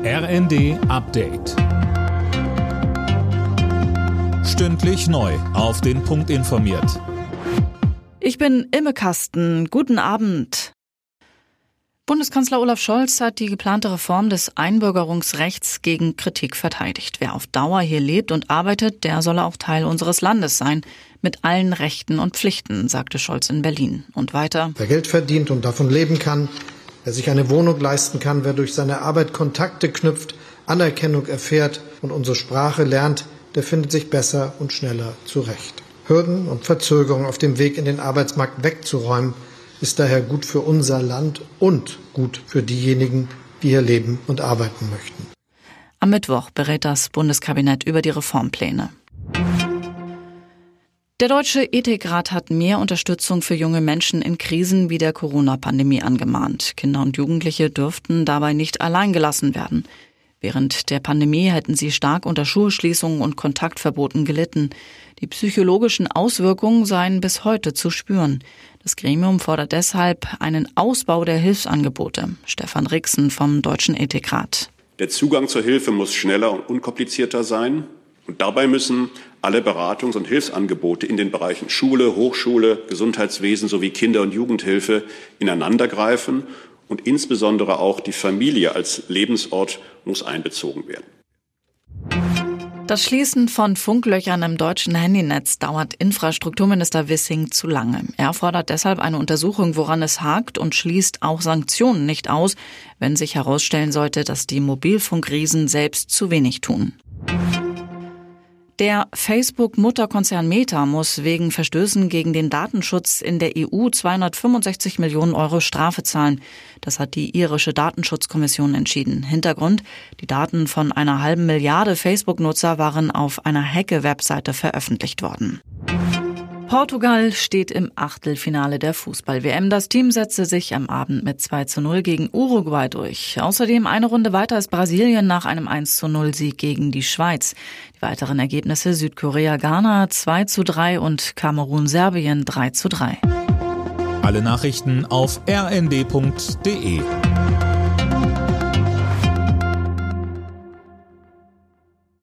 RND Update. Stündlich neu auf den Punkt informiert. Ich bin Imme Kasten. Guten Abend. Bundeskanzler Olaf Scholz hat die geplante Reform des Einbürgerungsrechts gegen Kritik verteidigt. Wer auf Dauer hier lebt und arbeitet, der solle auch Teil unseres Landes sein. Mit allen Rechten und Pflichten, sagte Scholz in Berlin. Und weiter: Wer Geld verdient und davon leben kann, wer sich eine Wohnung leisten kann, wer durch seine Arbeit Kontakte knüpft, Anerkennung erfährt und unsere Sprache lernt, der findet sich besser und schneller zurecht. Hürden und Verzögerungen auf dem Weg in den Arbeitsmarkt wegzuräumen, ist daher gut für unser Land und gut für diejenigen, die hier leben und arbeiten möchten. Am Mittwoch berät das Bundeskabinett über die Reformpläne. Der Deutsche Ethikrat hat mehr Unterstützung für junge Menschen in Krisen wie der Corona-Pandemie angemahnt. Kinder und Jugendliche dürften dabei nicht allein gelassen werden. Während der Pandemie hätten sie stark unter Schulschließungen und Kontaktverboten gelitten. Die psychologischen Auswirkungen seien bis heute zu spüren. Das Gremium fordert deshalb einen Ausbau der Hilfsangebote. Stefan Rixen vom Deutschen Ethikrat. Der Zugang zur Hilfe muss schneller und unkomplizierter sein. Und dabei müssen alle Beratungs- und Hilfsangebote in den Bereichen Schule, Hochschule, Gesundheitswesen sowie Kinder- und Jugendhilfe ineinandergreifen. Und insbesondere auch die Familie als Lebensort muss einbezogen werden. Das Schließen von Funklöchern im deutschen Handynetz dauert Infrastrukturminister Wissing zu lange. Er fordert deshalb eine Untersuchung, woran es hakt, und schließt auch Sanktionen nicht aus, wenn sich herausstellen sollte, dass die Mobilfunkriesen selbst zu wenig tun. Der Facebook-Mutterkonzern Meta muss wegen Verstößen gegen den Datenschutz in der EU 265 Millionen Euro Strafe zahlen. Das hat die irische Datenschutzkommission entschieden. Hintergrund: Die Daten von einer halben Milliarde Facebook-Nutzer waren auf einer Hacke-Webseite veröffentlicht worden. Portugal steht im Achtelfinale der Fußball-WM. Das Team setzte sich am Abend mit 2:0 gegen Uruguay durch. Außerdem eine Runde weiter ist Brasilien nach einem 1:0-Sieg gegen die Schweiz. Die weiteren Ergebnisse: Südkorea-Ghana 2:3 und Kamerun-Serbien 3:3. Alle Nachrichten auf rnd.de.